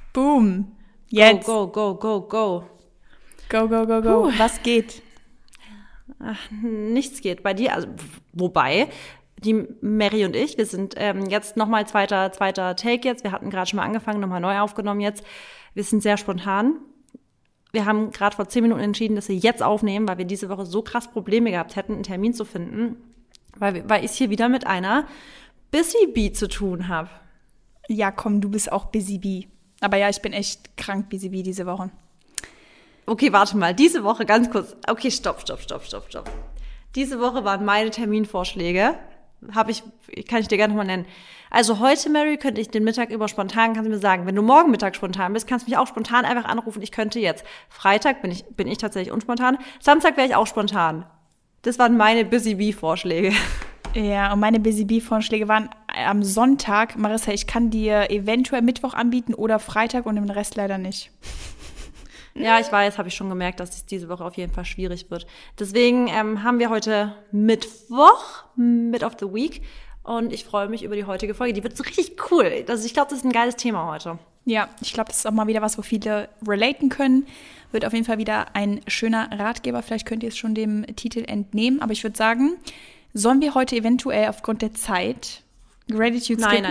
Boom. Jetzt. Go, go, go, go, go. Go, go, go, go. Was geht? Ach, nichts geht bei dir. Also, wobei, die Mary und ich, wir sind jetzt nochmal zweiter Take jetzt. Wir hatten gerade schon mal angefangen, nochmal neu aufgenommen jetzt. Wir sind sehr spontan. Wir haben gerade vor 10 Minuten entschieden, dass wir jetzt aufnehmen, weil wir diese Woche so krass Probleme gehabt hätten, einen Termin zu finden, weil ich hier wieder mit einer Busy Bee zu tun habe. Ja, komm, du bist auch Busy Bee. Aber ja, ich bin echt krank Busy Bee diese Woche. Okay, warte mal, diese Woche ganz kurz. Okay, stopp. Diese Woche waren meine Terminvorschläge. Kann ich dir gerne nochmal nennen. Also heute, Mary, könnte ich den Mittag über spontan, kannst du mir sagen, wenn du morgen Mittag spontan bist, kannst du mich auch spontan einfach anrufen. Ich könnte jetzt. Freitag bin ich tatsächlich unspontan. Samstag wäre ich auch spontan. Das waren meine Busy Bee-Vorschläge. Ja, und meine Busy Bee-Vorschläge waren am Sonntag. Marissa, ich kann dir eventuell Mittwoch anbieten oder Freitag und den Rest leider nicht. Ja, ich weiß, habe ich schon gemerkt, dass es diese Woche auf jeden Fall schwierig wird. Deswegen haben wir heute Mittwoch, Mid of the Week. Und ich freue mich über die heutige Folge. Die wird so richtig cool. Also ich glaube, das ist ein geiles Thema heute. Ja, ich glaube, das ist auch mal wieder was, wo viele relaten können. Wird auf jeden Fall wieder ein schöner Ratgeber. Vielleicht könnt ihr es schon dem Titel entnehmen. Aber ich würde sagen, sollen wir heute eventuell aufgrund der Zeit Gratitude skippen?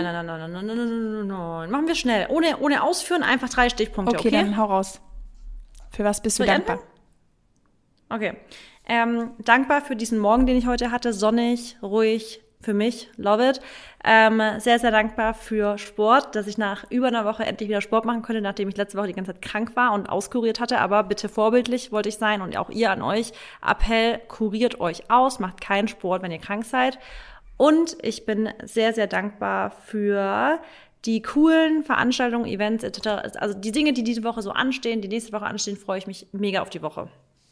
Nein. Machen wir schnell. Ohne ausführen, einfach 3 Stichpunkte, okay? Okay, dann hau raus. Für was bist du dankbar? Okay. Dankbar für diesen Morgen, den ich heute hatte. Sonnig, ruhig, für mich, love it. Sehr, sehr dankbar für Sport, dass ich nach über einer Woche endlich wieder Sport machen konnte, nachdem ich letzte Woche die ganze Zeit krank war und auskuriert hatte. Aber bitte vorbildlich wollte ich sein und auch ihr an euch. Appell, kuriert euch aus, macht keinen Sport, wenn ihr krank seid. Und ich bin sehr, sehr dankbar für die coolen Veranstaltungen, Events etc. Also die Dinge, die diese Woche so anstehen, die nächste Woche anstehen, freue ich mich mega auf die Woche.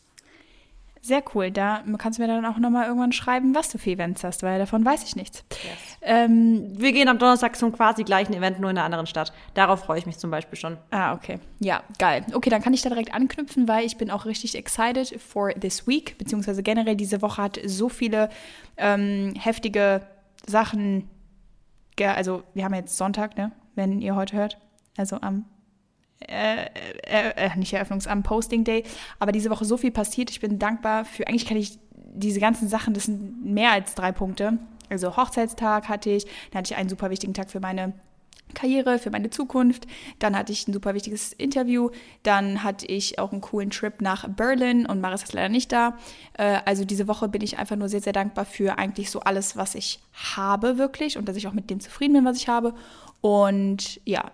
Sehr cool. Da kannst du mir dann auch nochmal irgendwann schreiben, was du für Events hast, weil davon weiß ich nichts. Yes. Wir gehen am Donnerstag zum quasi gleichen Event, nur in einer anderen Stadt. Darauf freue ich mich zum Beispiel schon. Ah, okay. Ja, geil. Okay, dann kann ich da direkt anknüpfen, weil ich bin auch richtig excited for this week, beziehungsweise generell diese Woche hat so viele heftige Sachen. Also wir haben jetzt Sonntag, ne, wenn ihr heute hört. Also am nicht am Posting Day, aber diese Woche so viel passiert. Ich bin dankbar für, eigentlich kann ich diese ganzen Sachen, das sind mehr als 3 Punkte. Also Hochzeitstag hatte ich, dann hatte ich einen super wichtigen Tag für meine Karriere, für meine Zukunft. Dann hatte ich ein super wichtiges Interview. Dann hatte ich auch einen coolen Trip nach Berlin und Marissa ist leider nicht da. Also diese Woche bin ich einfach nur sehr, sehr dankbar für eigentlich so alles, was ich habe wirklich und dass ich auch mit dem zufrieden bin, was ich habe. Und ja,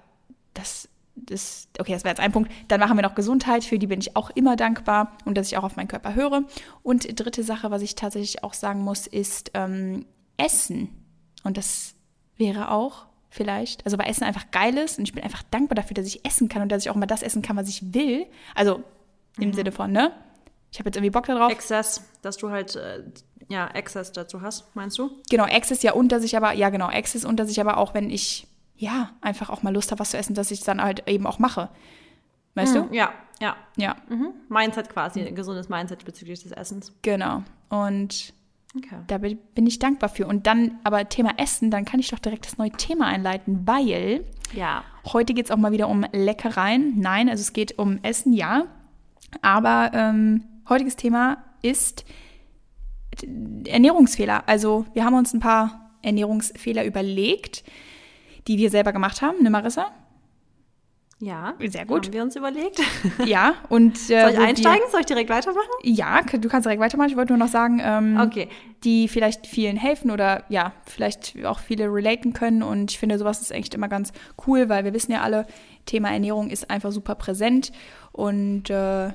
okay, das war jetzt ein Punkt. Dann machen wir noch Gesundheit, für die bin ich auch immer dankbar und dass ich auch auf meinen Körper höre. Und dritte Sache, was ich tatsächlich auch sagen muss, ist Essen. Und das wäre auch vielleicht, also weil Essen einfach geil ist und ich bin einfach dankbar dafür, dass ich essen kann und dass ich auch mal das essen kann, was ich will. Also im Sinne von, ne? Ich habe jetzt irgendwie Bock darauf. Access, dass du halt, Access dazu hast, meinst du? Genau, Access Access und dass ich aber auch, wenn ich einfach auch mal Lust habe, was zu essen, dass ich es dann halt eben auch mache. Weißt du? Ja. Mhm. Mindset quasi, ein gesundes Mindset bezüglich des Essens. Genau. Und da bin ich dankbar für. Und dann, aber Thema Essen, dann kann ich doch direkt das neue Thema einleiten, weil heute geht es auch mal wieder um Leckereien. Nein, also es geht um Essen, ja. Aber heutiges Thema ist Ernährungsfehler. Also wir haben uns ein paar Ernährungsfehler überlegt, die wir selber gemacht haben, ne Marissa? Ja, sehr gut. Haben wir uns überlegt. Ja, und soll ich einsteigen? Soll ich direkt weitermachen? Ja, du kannst direkt weitermachen. Ich wollte nur noch sagen, okay, die vielleicht vielen helfen oder vielleicht auch viele relaten können. Und ich finde, sowas ist echt immer ganz cool, weil wir wissen ja alle, Thema Ernährung ist einfach super präsent. Und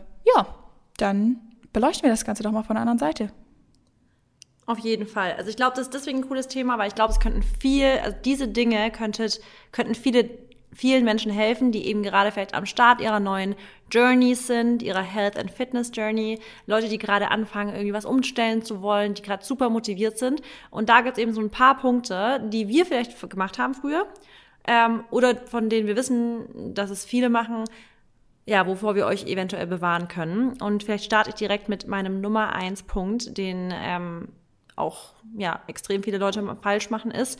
dann beleuchten wir das Ganze doch mal von der anderen Seite. Auf jeden Fall. Also ich glaube, das ist deswegen ein cooles Thema, weil ich glaube, es diese Dinge könnten vielen Menschen helfen, die eben gerade vielleicht am Start ihrer neuen Journeys sind, ihrer Health and Fitness Journey, Leute, die gerade anfangen, irgendwie was umstellen zu wollen, die gerade super motiviert sind. Und da gibt es eben so ein paar Punkte, die wir vielleicht gemacht haben früher, oder von denen wir wissen, dass es viele machen, wovor wir euch eventuell bewahren können. Und vielleicht starte ich direkt mit meinem Nummer 1 Punkt, den auch extrem viele Leute falsch machen, ist,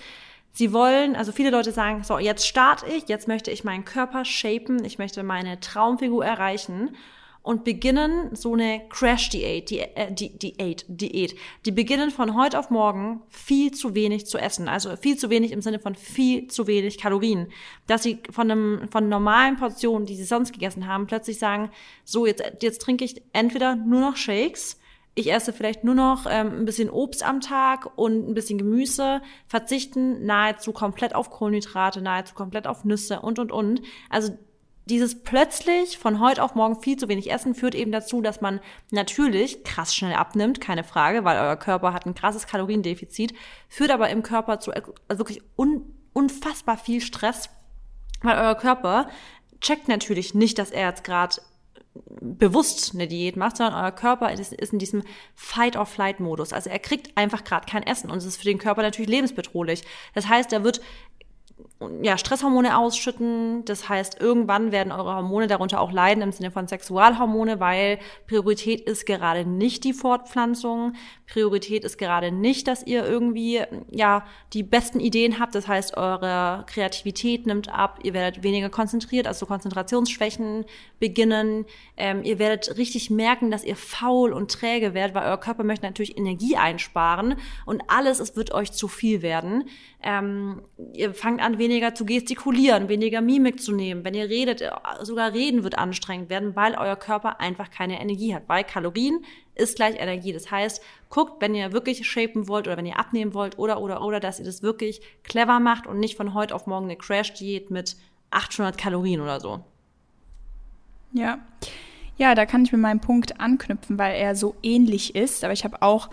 Sie wollen, also viele Leute sagen, so, jetzt starte ich, jetzt möchte ich meinen Körper shapen, ich möchte meine Traumfigur erreichen und beginnen so eine Crash-Diät, die beginnen von heute auf morgen viel zu wenig zu essen, also viel zu wenig im Sinne von viel zu wenig Kalorien, dass sie von normalen Portionen, die sie sonst gegessen haben, plötzlich sagen, so, jetzt trinke ich entweder nur noch Shakes, ich esse vielleicht nur noch ein bisschen Obst am Tag und ein bisschen Gemüse, verzichten nahezu komplett auf Kohlenhydrate, nahezu komplett auf Nüsse und. Also dieses plötzlich von heute auf morgen viel zu wenig Essen führt eben dazu, dass man natürlich krass schnell abnimmt, keine Frage, weil euer Körper hat ein krasses Kaloriendefizit, führt aber im Körper zu wirklich unfassbar viel Stress, weil euer Körper checkt natürlich nicht, dass er jetzt gerade bewusst eine Diät macht, sondern euer Körper ist in diesem Fight-or-Flight-Modus. Also er kriegt einfach gerade kein Essen und es ist für den Körper natürlich lebensbedrohlich. Das heißt, er wird Stresshormone ausschütten. Das heißt, irgendwann werden eure Hormone darunter auch leiden im Sinne von Sexualhormone, weil Priorität ist gerade nicht die Fortpflanzung. Priorität ist gerade nicht, dass ihr irgendwie die besten Ideen habt. Das heißt, eure Kreativität nimmt ab. Ihr werdet weniger konzentriert, also Konzentrationsschwächen beginnen. Ihr werdet richtig merken, dass ihr faul und träge werdet, weil euer Körper möchte natürlich Energie einsparen und es wird euch zu viel werden. Ihr fangt an, weniger zu gestikulieren, weniger Mimik zu nehmen. Wenn ihr redet, sogar reden wird anstrengend werden, weil euer Körper einfach keine Energie hat. Weil Kalorien ist gleich Energie. Das heißt, guckt, wenn ihr wirklich shapen wollt oder wenn ihr abnehmen wollt oder, dass ihr das wirklich clever macht und nicht von heute auf morgen eine Crash-Diät mit 800 Kalorien oder so. Ja, da kann ich mit meinem Punkt anknüpfen, weil er so ähnlich ist. Aber ich habe auch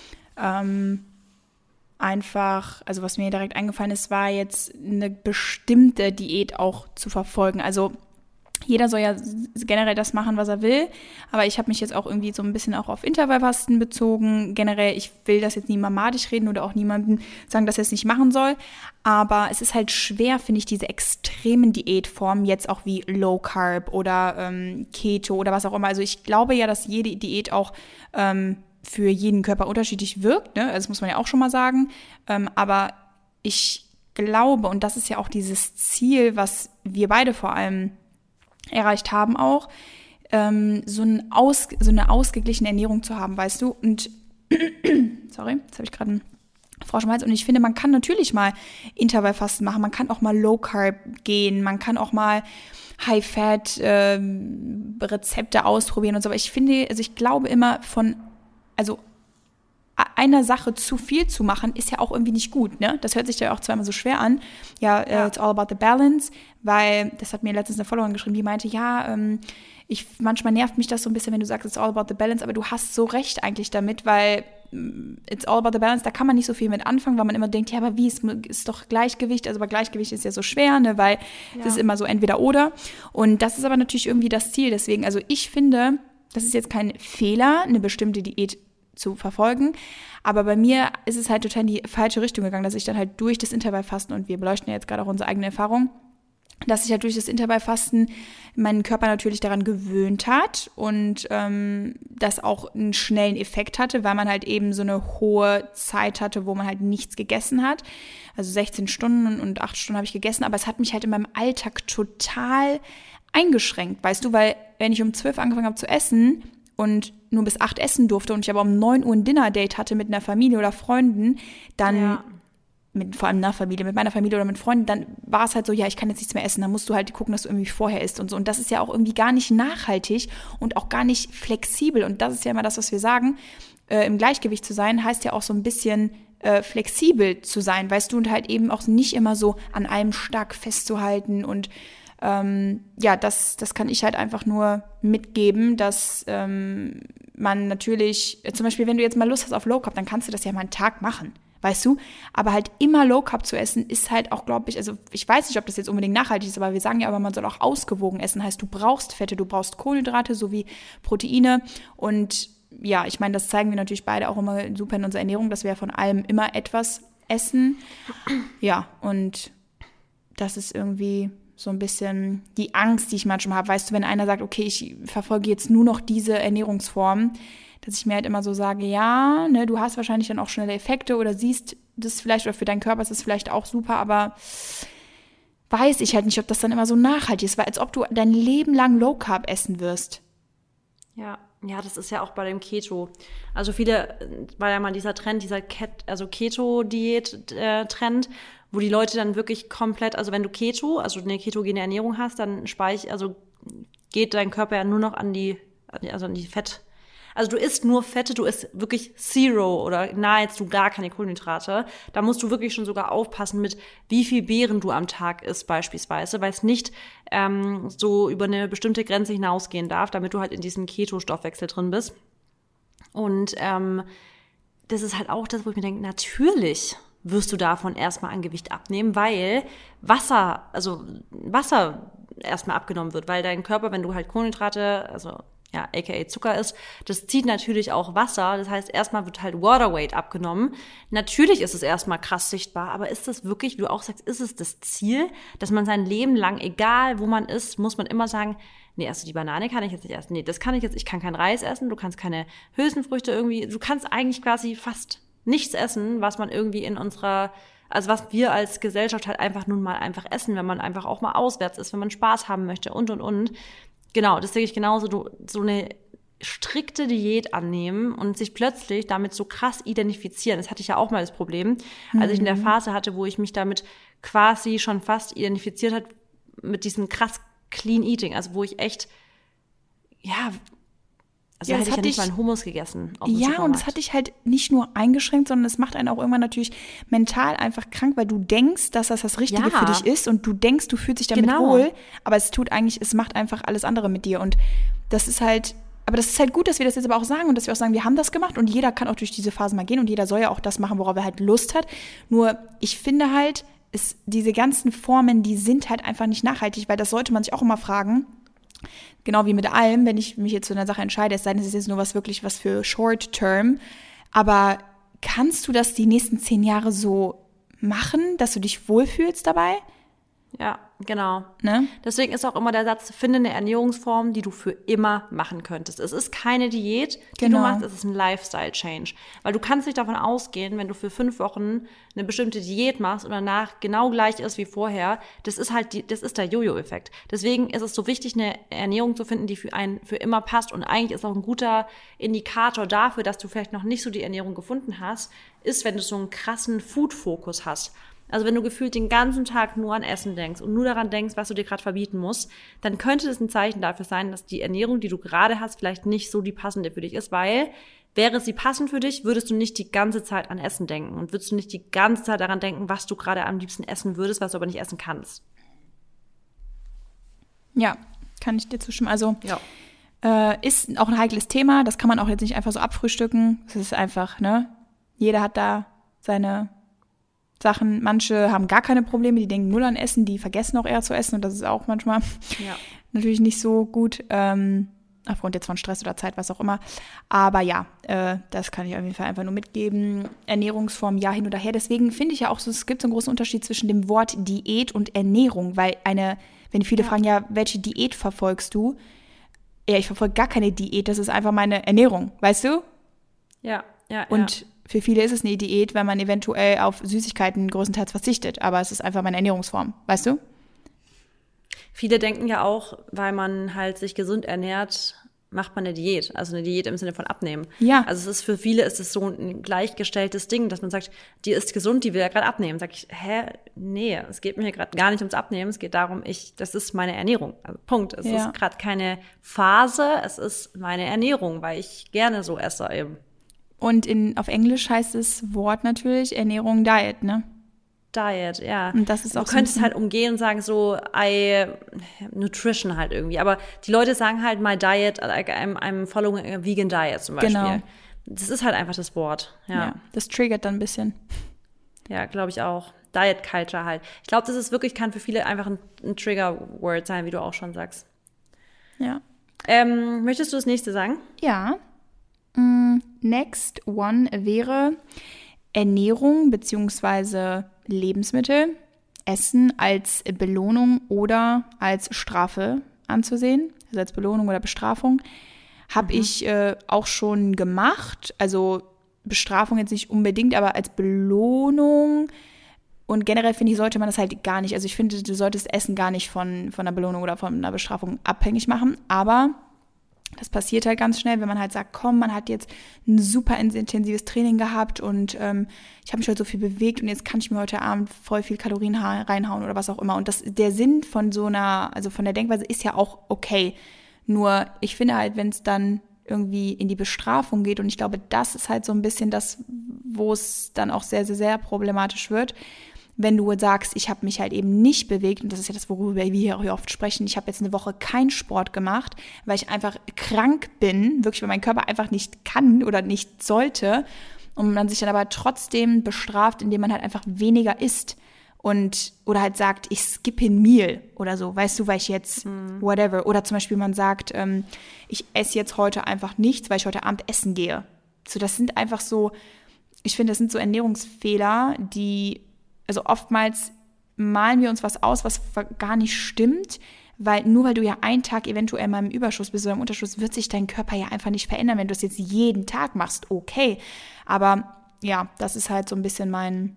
also was mir direkt eingefallen ist, war jetzt eine bestimmte Diät auch zu verfolgen. Also jeder soll ja generell das machen, was er will, aber ich habe mich jetzt auch irgendwie so ein bisschen auch auf Intervallfasten bezogen. Generell, ich will das jetzt niemandem madig reden oder auch niemandem sagen, dass er es nicht machen soll, aber es ist halt schwer, finde ich, diese extremen Diätformen, jetzt auch wie Low Carb oder Keto oder was auch immer. Also ich glaube ja, dass jede Diät auch für jeden Körper unterschiedlich wirkt, ne? Also das muss man ja auch schon mal sagen. Aber ich glaube, und das ist ja auch dieses Ziel, was wir beide vor allem erreicht haben auch, so eine ausgeglichene Ernährung zu haben, weißt du? Und sorry, jetzt habe ich gerade einen Frosch im Hals. Und ich finde, man kann natürlich mal Intervallfasten machen, man kann auch mal Low Carb gehen, man kann auch mal High-Fat Rezepte ausprobieren und so. Aber ich finde, also ich glaube immer also einer Sache zu viel zu machen, ist ja auch irgendwie nicht gut, ne? Das hört sich ja auch zweimal so schwer an. It's all about the balance, weil, das hat mir letztens eine Followerin geschrieben, die meinte, manchmal nervt mich das so ein bisschen, wenn du sagst, it's all about the balance, aber du hast so recht eigentlich damit, weil it's all about the balance, da kann man nicht so viel mit anfangen, weil man immer denkt, ja, aber wie, ist doch Gleichgewicht, also aber Gleichgewicht ist ja so schwer, ne, weil es ist immer so entweder oder und das ist aber natürlich irgendwie das Ziel, deswegen, also ich finde, das ist jetzt kein Fehler, eine bestimmte Diät zu verfolgen, aber bei mir ist es halt total in die falsche Richtung gegangen, dass ich dann halt durch das Intervallfasten, und wir beleuchten ja jetzt gerade auch unsere eigene Erfahrung, dass ich halt durch das Intervallfasten meinen Körper natürlich daran gewöhnt hat und das auch einen schnellen Effekt hatte, weil man halt eben so eine hohe Zeit hatte, wo man halt nichts gegessen hat. Also 16 Stunden und 8 Stunden habe ich gegessen, aber es hat mich halt in meinem Alltag total eingeschränkt, weißt du, weil wenn ich um 12 angefangen habe zu essen und nur bis 8 essen durfte und ich aber um 9 Uhr ein Dinner-Date hatte mit einer Familie oder Freunden, dann vor allem mit meiner Familie oder mit Freunden, dann war es halt so, ja, ich kann jetzt nichts mehr essen, dann musst du halt gucken, dass du irgendwie vorher isst und so. Und das ist ja auch irgendwie gar nicht nachhaltig und auch gar nicht flexibel. Und das ist ja immer das, was wir sagen, im Gleichgewicht zu sein, heißt ja auch so ein bisschen flexibel zu sein, weißt du, und halt eben auch nicht immer so an einem stark festzuhalten und das kann ich halt einfach nur mitgeben, dass man natürlich, zum Beispiel, wenn du jetzt mal Lust hast auf Low Carb, dann kannst du das ja mal einen Tag machen, weißt du? Aber halt immer Low Carb zu essen, ist halt auch, glaube ich, also ich weiß nicht, ob das jetzt unbedingt nachhaltig ist, aber wir sagen ja aber, man soll auch ausgewogen essen, heißt, du brauchst Fette, du brauchst Kohlenhydrate sowie Proteine und ja, ich meine, das zeigen wir natürlich beide auch immer super in unserer Ernährung, dass wir ja von allem immer etwas essen. Ja, und das ist irgendwie so ein bisschen die Angst, die ich manchmal habe. Weißt du, wenn einer sagt, okay, ich verfolge jetzt nur noch diese Ernährungsform, dass ich mir halt immer so sage, ja, ne, du hast wahrscheinlich dann auch schnelle Effekte oder siehst das vielleicht, oder für deinen Körper ist es vielleicht auch super, aber weiß ich halt nicht, ob das dann immer so nachhaltig ist, weil als ob du dein Leben lang Low Carb essen wirst. Ja, das ist ja auch bei dem Keto. Also viele, war ja mal dieser Trend, dieser Keto-Diät-Trend, wo die Leute dann wirklich komplett, also wenn du Keto, also eine ketogene Ernährung hast, dann geht dein Körper ja nur noch an die Fett. Also du isst nur Fette, du isst wirklich Zero oder nahezu gar keine Kohlenhydrate. Da musst du wirklich schon sogar aufpassen mit, wie viel Beeren du am Tag isst beispielsweise, weil es nicht so über eine bestimmte Grenze hinausgehen darf, damit du halt in diesem Keto-Stoffwechsel drin bist. Und das ist halt auch das, wo ich mir denke, natürlich wirst du davon erstmal an Gewicht abnehmen, weil Wasser erstmal abgenommen wird, weil dein Körper, wenn du halt Kohlenhydrate, also ja, aka Zucker ist, das zieht natürlich auch Wasser. Das heißt, erstmal wird halt Waterweight abgenommen. Natürlich ist es erstmal krass sichtbar, aber ist das wirklich, wie du auch sagst, ist es das Ziel, dass man sein Leben lang, egal wo man ist, muss man immer sagen, nee, also die Banane kann ich jetzt nicht essen. Nee, das kann ich jetzt, ich kann keinen Reis essen, du kannst keine Hülsenfrüchte irgendwie, du kannst eigentlich quasi fast nichts essen, was man irgendwie in unserer, also was wir als Gesellschaft halt einfach nun mal einfach essen, wenn man einfach auch mal auswärts ist, wenn man Spaß haben möchte und. Genau, das sehe ich genauso, so eine strikte Diät annehmen und sich plötzlich damit so krass identifizieren. Das hatte ich ja auch mal das Problem, als ich in der Phase hatte, wo ich mich damit quasi schon fast identifiziert hat mit diesem krass Clean Eating, also wo ich echt, da hätte ich ja nicht mal einen Hummus gegessen. Ja, und das hat dich halt nicht nur eingeschränkt, sondern es macht einen auch irgendwann natürlich mental einfach krank, weil du denkst, dass das Richtige für dich ist und du denkst, du fühlst dich damit wohl, aber es macht einfach alles andere mit dir und das ist halt, aber das ist halt gut, dass wir das jetzt aber auch sagen und dass wir auch sagen, wir haben das gemacht und jeder kann auch durch diese Phase mal gehen und jeder soll ja auch das machen, worauf er halt Lust hat. Nur ich finde halt, diese ganzen Formen, die sind halt einfach nicht nachhaltig, weil das sollte man sich auch immer fragen. Genau wie mit allem, wenn ich mich jetzt zu einer Sache entscheide, es sei denn, es ist jetzt nur was für Short Term, aber kannst du das die nächsten 10 Jahre so machen, dass du dich wohlfühlst dabei? Ja, genau. Ne? Deswegen ist auch immer der Satz, finde eine Ernährungsform, die du für immer machen könntest. Es ist keine Diät, die du machst, es ist ein Lifestyle-Change. Weil du kannst nicht davon ausgehen, wenn du für 5 Wochen eine bestimmte Diät machst und danach genau gleich ist wie vorher, das ist der Jojo-Effekt. Deswegen ist es so wichtig, eine Ernährung zu finden, die für einen für immer passt. Und eigentlich ist auch ein guter Indikator dafür, dass du vielleicht noch nicht so die Ernährung gefunden hast, ist, wenn du so einen krassen Food-Fokus hast. Also wenn du gefühlt den ganzen Tag nur an Essen denkst und nur daran denkst, was du dir gerade verbieten musst, dann könnte das ein Zeichen dafür sein, dass die Ernährung, die du gerade hast, vielleicht nicht so die passende für dich ist, weil wäre sie passend für dich, würdest du nicht die ganze Zeit an Essen denken und würdest du nicht die ganze Zeit daran denken, was du gerade am liebsten essen würdest, was du aber nicht essen kannst. Ja, kann ich dir zustimmen. Also ist auch ein heikles Thema, das kann man auch jetzt nicht einfach so abfrühstücken. Es ist einfach, ne? Jeder hat da seine Sachen, manche haben gar keine Probleme, die denken null an Essen, die vergessen auch eher zu essen und das ist auch manchmal natürlich nicht so gut, aufgrund jetzt von Stress oder Zeit, was auch immer. Aber ja, das kann ich auf jeden Fall einfach nur mitgeben. Ernährungsform, ja, hin oder her. Deswegen finde ich ja auch so, es gibt so einen großen Unterschied zwischen dem Wort Diät und Ernährung, weil wenn viele fragen, ja, welche Diät verfolgst du? Ja, ich verfolge gar keine Diät, das ist einfach meine Ernährung, weißt du? Ja. Und für viele ist es eine Diät, weil man eventuell auf Süßigkeiten größtenteils verzichtet. Aber es ist einfach meine Ernährungsform, weißt du? Viele denken ja auch, weil man halt sich gesund ernährt, macht man eine Diät. Also eine Diät im Sinne von Abnehmen. Ja. Also für viele ist es so ein gleichgestelltes Ding, dass man sagt, die ist gesund, die will ja gerade abnehmen. Sag ich, nee, es geht mir hier gerade gar nicht ums Abnehmen. Es geht darum, das ist meine Ernährung. Also Punkt. Es ist gerade keine Phase, es ist meine Ernährung, weil ich gerne so esse eben. Und auf Englisch heißt das Wort natürlich Ernährung, Diet, ne? Diet, ja. Und das ist auch du könntest halt umgehen und sagen so, Nutrition halt irgendwie. Aber die Leute sagen halt, my diet, I'm following a vegan diet zum Beispiel. Genau. Das ist halt einfach das Wort, ja. Das triggert dann ein bisschen. Ja, glaube ich auch. Diet Culture halt. Ich glaube, das ist wirklich, kann für viele einfach ein Trigger-Word sein, wie du auch schon sagst. Ja. Möchtest du das nächste sagen? Ja. Next one wäre Ernährung bzw. Lebensmittel, Essen als Belohnung oder als Strafe anzusehen, also als Belohnung oder Bestrafung. Habe ich auch schon gemacht, also Bestrafung jetzt nicht unbedingt, aber als Belohnung. Und generell finde ich, sollte man das halt gar nicht, also ich finde, du solltest Essen gar nicht von einer Belohnung oder von einer Bestrafung abhängig machen, aber das passiert halt ganz schnell, wenn man halt sagt, komm, man hat jetzt ein super intensives Training gehabt und ich habe mich heute so viel bewegt und jetzt kann ich mir heute Abend voll viel Kalorien reinhauen oder was auch immer. Und der Sinn von so einer, also von der Denkweise ist ja auch okay. Nur ich finde halt, wenn es dann irgendwie in die Bestrafung geht, und ich glaube, das ist halt so ein bisschen das, wo es dann auch sehr, sehr, sehr problematisch wird, wenn du sagst, ich habe mich halt eben nicht bewegt, und das ist ja das, worüber wir hier auch oft sprechen, ich habe jetzt eine Woche keinen Sport gemacht, weil ich einfach krank bin, wirklich, weil mein Körper einfach nicht kann oder nicht sollte, und man sich dann aber trotzdem bestraft, indem man halt einfach weniger isst und oder halt sagt, ich skippe ein Meal oder so, weißt du, weil ich jetzt whatever, oder zum Beispiel man sagt, ich esse jetzt heute einfach nichts, weil ich heute Abend essen gehe. So, das sind einfach so, ich finde, das sind so Ernährungsfehler, die, also oftmals malen wir uns was aus, was gar nicht stimmt, weil nur weil du ja einen Tag eventuell mal im Überschuss bist oder im Unterschuss, wird sich dein Körper ja einfach nicht verändern, wenn du es jetzt jeden Tag machst, okay. Aber ja, das ist halt so ein bisschen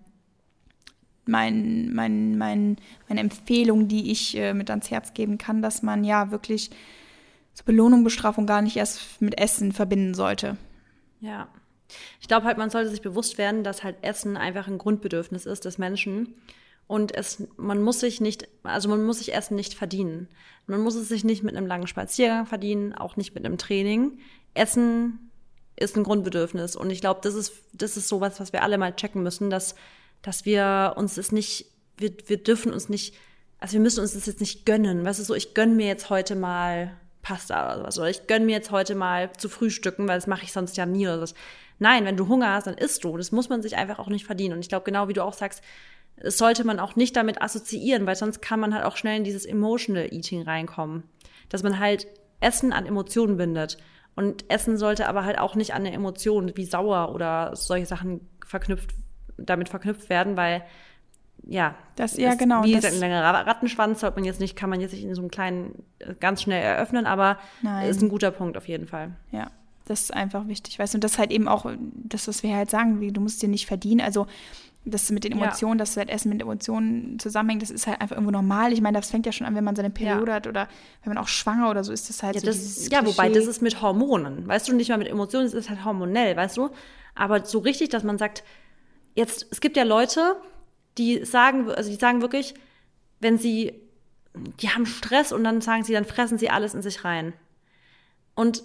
meine Empfehlung, die ich mit ans Herz geben kann, dass man ja wirklich so Belohnung, Bestrafung gar nicht erst mit Essen verbinden sollte. Ja. Ich glaube halt, man sollte sich bewusst werden, dass halt Essen einfach ein Grundbedürfnis ist des Menschen. Und man muss sich Essen nicht verdienen. Man muss es sich nicht mit einem langen Spaziergang verdienen, auch nicht mit einem Training. Essen ist ein Grundbedürfnis. Und ich glaube, das ist sowas, was wir alle mal checken müssen, dass wir uns das nicht, wir dürfen uns nicht, also wir müssen uns das jetzt nicht gönnen. Weißt du, so, ich gönne mir jetzt heute mal Pasta oder sowas. Oder ich gönne mir jetzt heute mal zu frühstücken, weil das mache ich sonst ja nie oder so. Nein, wenn du Hunger hast, dann isst du. Das muss man sich einfach auch nicht verdienen. Und ich glaube, genau wie du auch sagst, das sollte man auch nicht damit assoziieren, weil sonst kann man halt auch schnell in dieses Emotional Eating reinkommen. Dass man halt Essen an Emotionen bindet. Und Essen sollte aber halt auch nicht an eine Emotion wie sauer oder solche Sachen damit verknüpft werden, weil ja, das ja genau. Wie gesagt, ein längerer Rattenschwanz kann man jetzt nicht in so einem kleinen ganz schnell eröffnen, aber ist ein guter Punkt auf jeden Fall. Ja, das ist einfach wichtig, weißt du, und das ist halt eben auch das, was wir halt sagen, du musst dir nicht verdienen, also das mit den Emotionen, dass halt Essen mit Emotionen zusammenhängt, das ist halt einfach irgendwo normal. Ich meine, das fängt ja schon an, wenn man seine Periode hat oder wenn man auch schwanger oder so ist, das halt so dieses Klischee. Wobei das ist mit Hormonen, weißt du, nicht mal mit Emotionen, das ist halt hormonell, weißt du, aber so richtig, dass man sagt, jetzt, es gibt ja Leute, die sagen wirklich, die haben Stress und dann sagen sie, dann fressen sie alles in sich rein. Und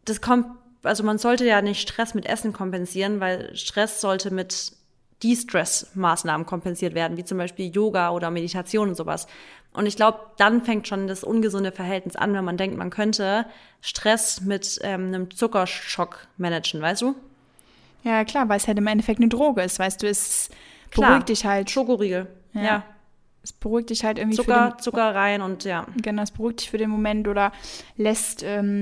man sollte ja nicht Stress mit Essen kompensieren, weil Stress sollte mit De-Stress-Maßnahmen kompensiert werden, wie zum Beispiel Yoga oder Meditation und sowas. Und ich glaube, dann fängt schon das ungesunde Verhältnis an, wenn man denkt, man könnte Stress mit einem Zuckerschock managen, weißt du? Ja, klar, weil es halt im Endeffekt eine Droge ist, weißt du, es beruhigt dich halt. Schokoriegel, ja. Es beruhigt dich halt irgendwie Zucker rein und ja. Genau, es beruhigt dich für den Moment oder lässt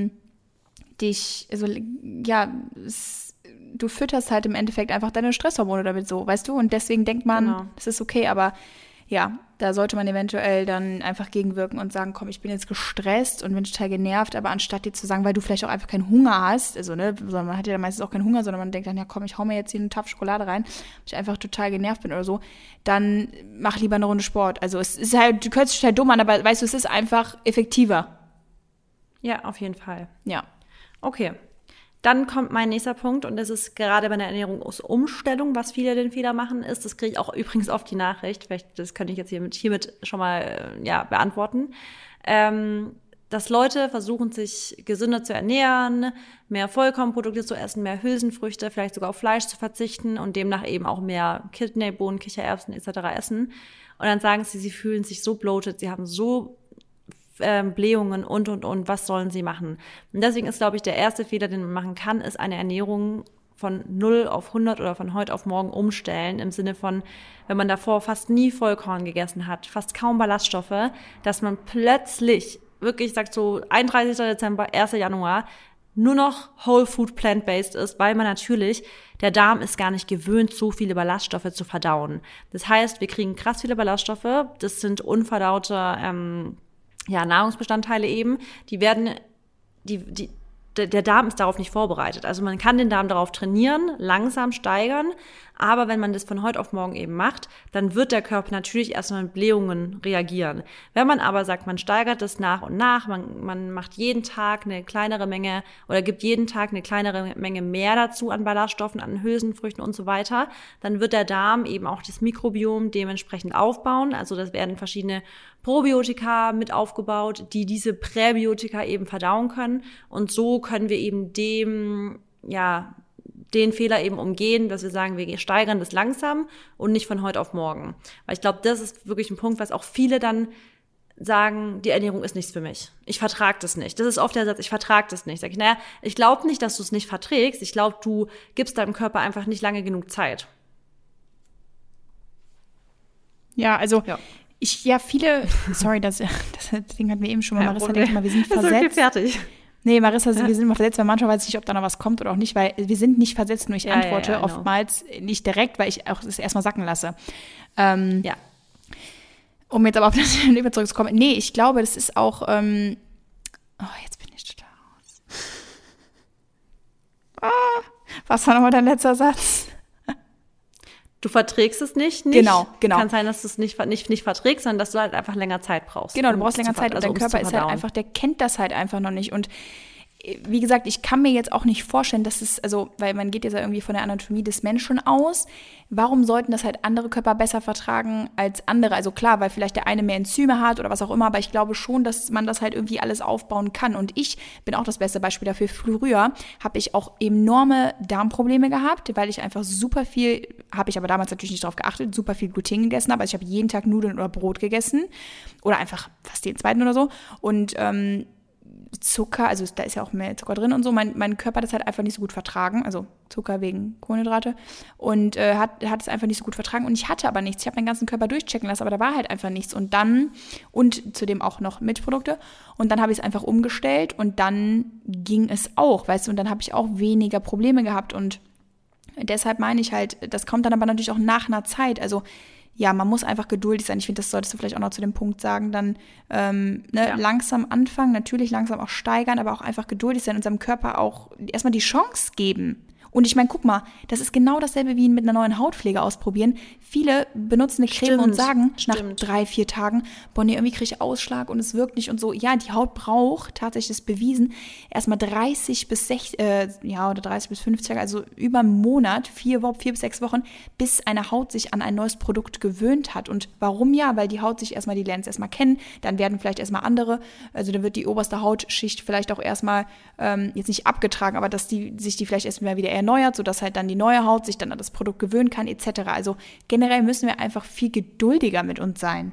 dich, also ja, du fütterst halt im Endeffekt einfach deine Stresshormone damit so, weißt du? Und deswegen denkt man, das ist okay, aber ja, da sollte man eventuell dann einfach gegenwirken und sagen, komm, ich bin jetzt gestresst und bin total genervt, aber anstatt dir zu sagen, weil du vielleicht auch einfach keinen Hunger hast, also sondern man hat ja dann meistens auch keinen Hunger, sondern man denkt dann, ja komm, ich hau mir jetzt hier eine Tafel Schokolade rein, weil ich einfach total genervt bin oder so, dann mach lieber eine Runde Sport. Also es ist halt, du hörst dich total dumm an, aber weißt du, es ist einfach effektiver. Ja, auf jeden Fall. Ja. Okay. Dann kommt mein nächster Punkt und das ist gerade bei einer Ernährungsumstellung, was viele den Fehler machen, ist, das kriege ich auch übrigens oft die Nachricht, vielleicht das könnte ich jetzt hiermit schon mal beantworten, dass Leute versuchen, sich gesünder zu ernähren, mehr Vollkornprodukte zu essen, mehr Hülsenfrüchte, vielleicht sogar auf Fleisch zu verzichten und demnach eben auch mehr Kidneybohnen, Kichererbsen etc. essen. Und dann sagen sie fühlen sich so bloated, sie haben so Blähungen und, was sollen sie machen? Und deswegen ist, glaube ich, der erste Fehler, den man machen kann, ist eine Ernährung von 0 auf 100 oder von heute auf morgen umstellen, im Sinne von, wenn man davor fast nie Vollkorn gegessen hat, fast kaum Ballaststoffe, dass man plötzlich wirklich sagt, so 31. Dezember, 1. Januar, nur noch Whole Food Plant-Based ist, weil man natürlich, der Darm ist gar nicht gewöhnt, so viele Ballaststoffe zu verdauen. Das heißt, wir kriegen krass viele Ballaststoffe, das sind unverdaute Nahrungsbestandteile eben, die der Darm ist darauf nicht vorbereitet. Also man kann den Darm darauf trainieren, langsam steigern, aber wenn man das von heute auf morgen eben macht, dann wird der Körper natürlich erstmal mit Blähungen reagieren. Wenn man aber sagt, man steigert das nach und nach, man macht jeden Tag eine kleinere Menge oder gibt jeden Tag eine kleinere Menge mehr dazu an Ballaststoffen, an Hülsenfrüchten und so weiter, dann wird der Darm eben auch das Mikrobiom dementsprechend aufbauen. Also das werden verschiedene Probiotika mit aufgebaut, die diese Präbiotika eben verdauen können. Und so können wir eben den Fehler eben umgehen, dass wir sagen, wir steigern das langsam und nicht von heute auf morgen. Weil ich glaube, das ist wirklich ein Punkt, was auch viele dann sagen, die Ernährung ist nichts für mich. Ich vertrage das nicht. Das ist oft der Satz, ich vertrage das nicht. Sag ich, naja, ich glaube nicht, dass du es nicht verträgst. Ich glaube, du gibst deinem Körper einfach nicht lange genug Zeit. Ja, also viele, sorry, das Ding hatten wir eben schon mal, Marissa denkt mal, wir sind versetzt. Ist okay, fertig. Nee, Marissa, wir sind immer versetzt, weil manchmal weiß ich nicht, ob da noch was kommt oder auch nicht, weil wir sind nicht versetzt, nur ich antworte oftmals nicht direkt, weil ich auch das erstmal sacken lasse. Um jetzt aber auf das Thema zurückzukommen. Nee, ich glaube, das ist auch, jetzt bin ich total raus. Was war nochmal dein letzter Satz? Du verträgst es nicht. Genau. Kann sein, dass du es nicht verträgst, sondern dass du halt einfach länger Zeit brauchst. Genau, du brauchst länger Zeit und dein Körper ist halt einfach, der kennt das halt einfach noch nicht. Und wie gesagt, ich kann mir jetzt auch nicht vorstellen, dass es, also, weil man geht jetzt ja irgendwie von der Anatomie des Menschen aus, warum sollten das halt andere Körper besser vertragen als andere? Also klar, weil vielleicht der eine mehr Enzyme hat oder was auch immer, aber ich glaube schon, dass man das halt irgendwie alles aufbauen kann. Und ich bin auch das beste Beispiel dafür. Früher habe ich auch enorme Darmprobleme gehabt, weil ich einfach super viel, habe ich aber damals natürlich nicht drauf geachtet, super viel Gluten gegessen habe. Also ich habe jeden Tag Nudeln oder Brot gegessen oder einfach fast jeden zweiten oder so. Und Zucker, also da ist ja auch mehr Zucker drin und so, mein Körper hat das halt einfach nicht so gut vertragen, also Zucker wegen Kohlenhydrate und hat es einfach nicht so gut vertragen und ich hatte aber nichts, ich habe meinen ganzen Körper durchchecken lassen, aber da war halt einfach nichts und zudem auch noch Milchprodukte und dann habe ich es einfach umgestellt und dann ging es auch, weißt du, und dann habe ich auch weniger Probleme gehabt und deshalb meine ich halt, das kommt dann aber natürlich auch nach einer Zeit, also ja, man muss einfach geduldig sein. Ich finde, das solltest du vielleicht auch noch zu dem Punkt sagen. Dann langsam anfangen, natürlich langsam auch steigern, aber auch einfach geduldig sein, unserem Körper auch erstmal die Chance geben. Und ich meine, guck mal, das ist genau dasselbe wie mit einer neuen Hautpflege ausprobieren. Viele benutzen eine Creme und sagen nach 3-4 Tagen, boah, nee, irgendwie kriege ich Ausschlag und es wirkt nicht und so. Ja, die Haut braucht, tatsächlich ist bewiesen, erstmal 30 bis 50 Tage, also über einen Monat, 4 bis 6 Wochen, bis eine Haut sich an ein neues Produkt gewöhnt hat. Und warum ja? Weil die Haut sich die lernt es erstmal kennen, dann werden vielleicht erstmal andere, also dann wird die oberste Hautschicht vielleicht auch erstmal, jetzt nicht abgetragen, aber dass sich die vielleicht erstmal wieder erneuert, sodass halt dann die neue Haut sich dann an das Produkt gewöhnen kann, etc. Also generell müssen wir einfach viel geduldiger mit uns sein.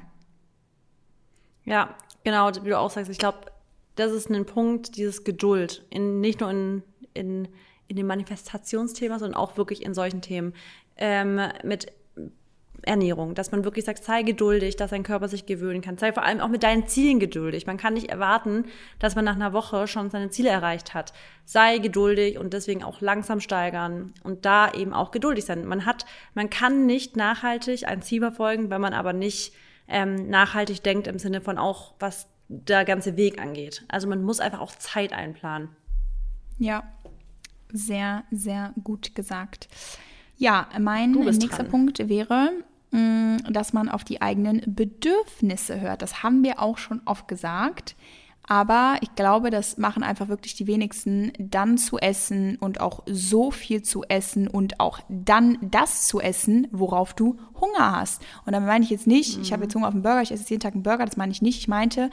Ja, genau, wie du auch sagst, ich glaube, das ist ein Punkt, dieses Geduld, nicht nur in dem Manifestationsthema, sondern auch wirklich in solchen Themen mit Ernährung, dass man wirklich sagt, sei geduldig, dass dein Körper sich gewöhnen kann. Sei vor allem auch mit deinen Zielen geduldig. Man kann nicht erwarten, dass man nach einer Woche schon seine Ziele erreicht hat. Sei geduldig und deswegen auch langsam steigern und da eben auch geduldig sein. Man kann nicht nachhaltig ein Ziel verfolgen, wenn man aber nicht nachhaltig denkt im Sinne von auch, was der ganze Weg angeht. Also man muss einfach auch Zeit einplanen. Ja, sehr, sehr gut gesagt. Ja, mein nächster Punkt wäre, dass man auf die eigenen Bedürfnisse hört. Das haben wir auch schon oft gesagt. Aber ich glaube, das machen einfach wirklich die wenigsten, dann zu essen und auch so viel zu essen und auch dann das zu essen, worauf du Hunger hast. Und damit meine ich jetzt nicht, ich habe jetzt Hunger auf einen Burger, ich esse jetzt jeden Tag einen Burger, das meine ich nicht. Ich meinte,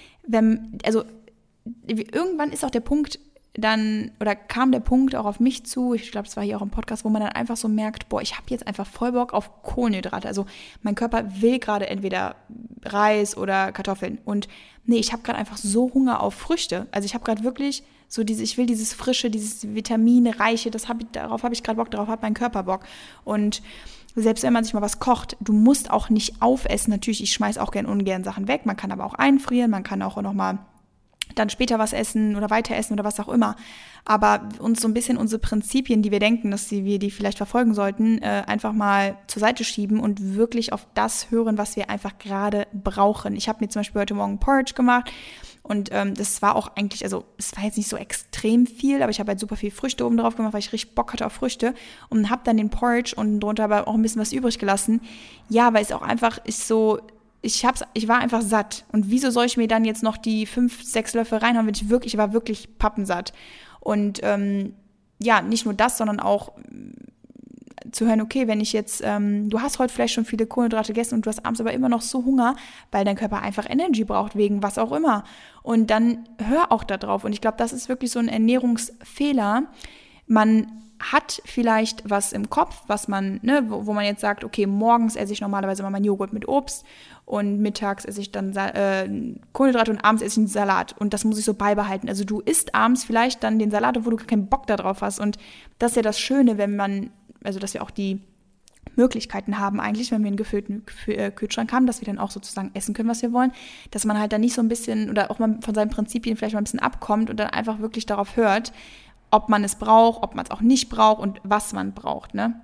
irgendwann ist auch der Punkt, kam der Punkt auch auf mich zu, ich glaube, das war hier auch im Podcast, wo man dann einfach so merkt, boah, ich habe jetzt einfach voll Bock auf Kohlenhydrate. Also mein Körper will gerade entweder Reis oder Kartoffeln. Und nee, ich habe gerade einfach so Hunger auf Früchte. Also ich habe gerade wirklich so ich will dieses Frische, dieses Vitaminreiche, darauf habe ich gerade Bock, darauf hat mein Körper Bock. Und selbst wenn man sich mal was kocht, du musst auch nicht aufessen. Natürlich, ich schmeiß auch ungern Sachen weg. Man kann aber auch einfrieren, man kann auch noch mal dann später was essen oder weiter essen oder was auch immer. Aber uns so ein bisschen unsere Prinzipien, die wir denken, dass wir die vielleicht verfolgen sollten, einfach mal zur Seite schieben und wirklich auf das hören, was wir einfach gerade brauchen. Ich habe mir zum Beispiel heute Morgen Porridge gemacht und das war auch eigentlich, also es war jetzt nicht so extrem viel, aber ich habe halt super viel Früchte oben drauf gemacht, weil ich richtig Bock hatte auf Früchte und habe dann den Porridge und drunter aber auch ein bisschen was übrig gelassen. Ja, weil es auch einfach ist so... Ich war einfach satt. Und wieso soll ich mir dann jetzt noch die 5, 6 Löffel reinhauen, wenn ich war wirklich pappensatt. Und nicht nur das, sondern auch zu hören, okay, wenn ich jetzt, du hast heute vielleicht schon viele Kohlenhydrate gegessen und du hast abends aber immer noch so Hunger, weil dein Körper einfach Energy braucht, wegen was auch immer. Und dann hör auch da drauf. Und ich glaube, das ist wirklich so ein Ernährungsfehler. Man hat vielleicht was im Kopf, was man, wo man jetzt sagt, okay, morgens esse ich normalerweise immer meinen Joghurt mit Obst und mittags esse ich dann Kohlenhydrate und abends esse ich einen Salat und das muss ich so beibehalten. Also du isst abends vielleicht dann den Salat, obwohl du gar keinen Bock da drauf hast und das ist ja das Schöne, dass wir auch die Möglichkeiten haben eigentlich, wenn wir einen gefüllten Kühlschrank haben, dass wir dann auch sozusagen essen können, was wir wollen, dass man halt dann nicht so ein bisschen oder auch mal von seinen Prinzipien vielleicht mal ein bisschen abkommt und dann einfach wirklich darauf hört, ob man es braucht, ob man es auch nicht braucht und was man braucht, ne?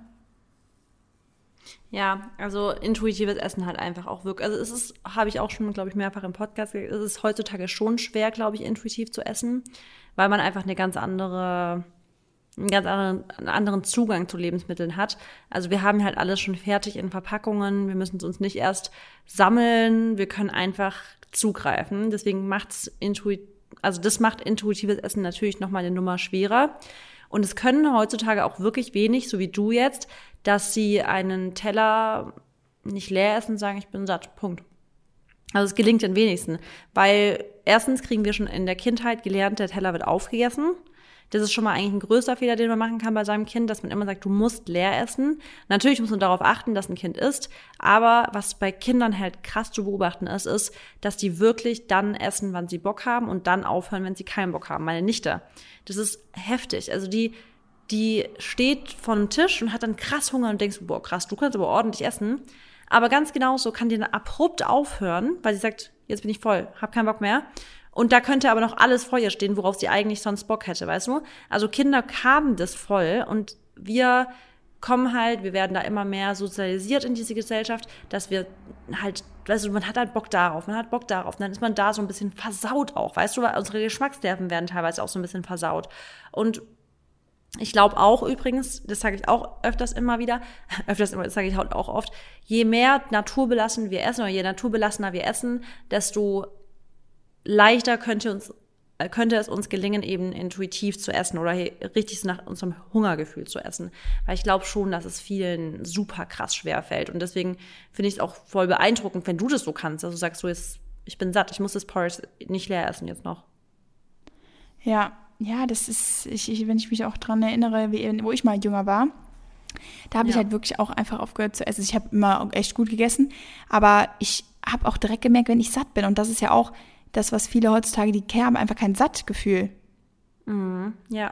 Ja, also intuitives Essen halt einfach auch wirklich. Also es ist, habe ich auch schon, glaube ich, mehrfach im Podcast gesagt, es ist heutzutage schon schwer, glaube ich, intuitiv zu essen, weil man einfach einen ganz anderen Zugang zu Lebensmitteln hat. Also wir haben halt alles schon fertig in Verpackungen, wir müssen es uns nicht erst sammeln, wir können einfach zugreifen. Deswegen das macht intuitives Essen natürlich nochmal eine Nummer schwerer. Und es können heutzutage auch wirklich wenig, so wie du jetzt, dass sie einen Teller nicht leer essen und sagen, ich bin satt, Punkt. Also es gelingt den wenigsten, weil erstens kriegen wir schon in der Kindheit gelernt, der Teller wird aufgegessen. Das ist schon mal eigentlich ein größter Fehler, den man machen kann bei seinem Kind, dass man immer sagt, du musst leer essen. Natürlich muss man darauf achten, dass ein Kind isst, aber was bei Kindern halt krass zu beobachten ist, dass die wirklich dann essen, wann sie Bock haben und dann aufhören, wenn sie keinen Bock haben. Meine Nichte, das ist heftig. Also die steht vor dem Tisch und hat dann krass Hunger und denkst, boah krass, du kannst aber ordentlich essen. Aber ganz genauso kann die dann abrupt aufhören, weil sie sagt, jetzt bin ich voll, hab keinen Bock mehr. Und da könnte aber noch alles vor ihr stehen, worauf sie eigentlich sonst Bock hätte, weißt du? Also Kinder haben das voll und wir werden da immer mehr sozialisiert in diese Gesellschaft, dass wir halt, weißt du, man hat halt Bock darauf, und dann ist man da so ein bisschen versaut auch, weißt du, weil unsere Geschmacksnerven werden teilweise auch so ein bisschen versaut. Und ich glaube auch übrigens, das sage ich auch das sage ich halt auch oft, je mehr naturbelassen wir essen oder je naturbelassener wir essen, desto leichter könnte es uns gelingen, eben intuitiv zu essen oder richtig nach unserem Hungergefühl zu essen. Weil ich glaube schon, dass es vielen super krass schwer fällt. Und deswegen finde ich es auch voll beeindruckend, wenn du das so kannst. Also sagst du jetzt, ich bin satt, ich muss das Porridge nicht leer essen jetzt noch. Ja, das ist, wenn ich mich auch dran erinnere, wo ich mal jünger war, da habe ich halt wirklich auch einfach aufgehört zu essen. Ich habe immer echt gut gegessen, aber ich habe auch direkt gemerkt, wenn ich satt bin. Und das ist ja auch das, was viele heutzutage, die haben einfach kein Sattgefühl. Ja.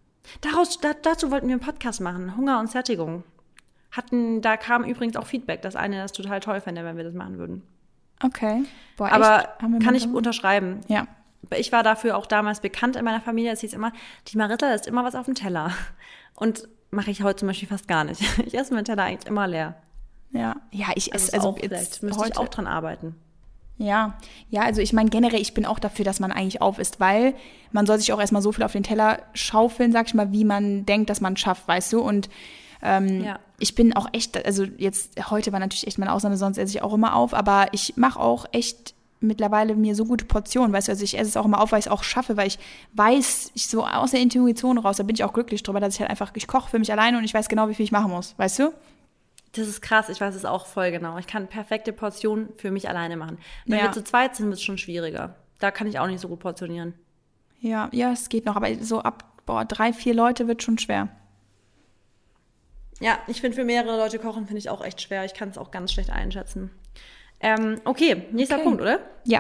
Dazu wollten wir einen Podcast machen, Hunger und Sättigung. Da kam übrigens auch Feedback, dass eine das total toll fände, wenn wir das machen würden. Okay. Boah, aber kann ich unterschreiben. Ja. Ich war dafür auch damals bekannt in meiner Familie. Es hieß immer, die Marita isst immer was auf dem Teller. Und mache ich heute zum Beispiel fast gar nicht. Ich esse meinen Teller eigentlich immer leer. Ja, ich esse also vielleicht müsste ich auch dran arbeiten. Ja, also ich meine generell, ich bin auch dafür, dass man eigentlich aufisst, weil man soll sich auch erstmal so viel auf den Teller schaufeln, sag ich mal, wie man denkt, dass man es schafft, weißt du? Und ich bin auch echt, also jetzt, heute war natürlich echt meine Ausnahme, sonst esse ich auch immer auf, aber ich mache auch echt mittlerweile mir so gute Portionen, weißt du, also ich esse es auch immer auf, weil ich es auch schaffe, weil ich weiß, so aus der Intuition raus, da bin ich auch glücklich drüber, dass ich halt einfach, ich koche für mich alleine und ich weiß genau, wie viel ich machen muss, weißt du? Das ist krass, ich weiß es auch voll genau. Ich kann perfekte Portionen für mich alleine machen. Wenn wir zu zweit sind, wird es schon schwieriger. Da kann ich auch nicht so gut portionieren. Ja, es geht noch, aber so ab 3, 4 Leute wird schon schwer. Ja, ich finde, für mehrere Leute kochen finde ich auch echt schwer. Ich kann es auch ganz schlecht einschätzen. Okay, nächster Punkt, oder? Ja.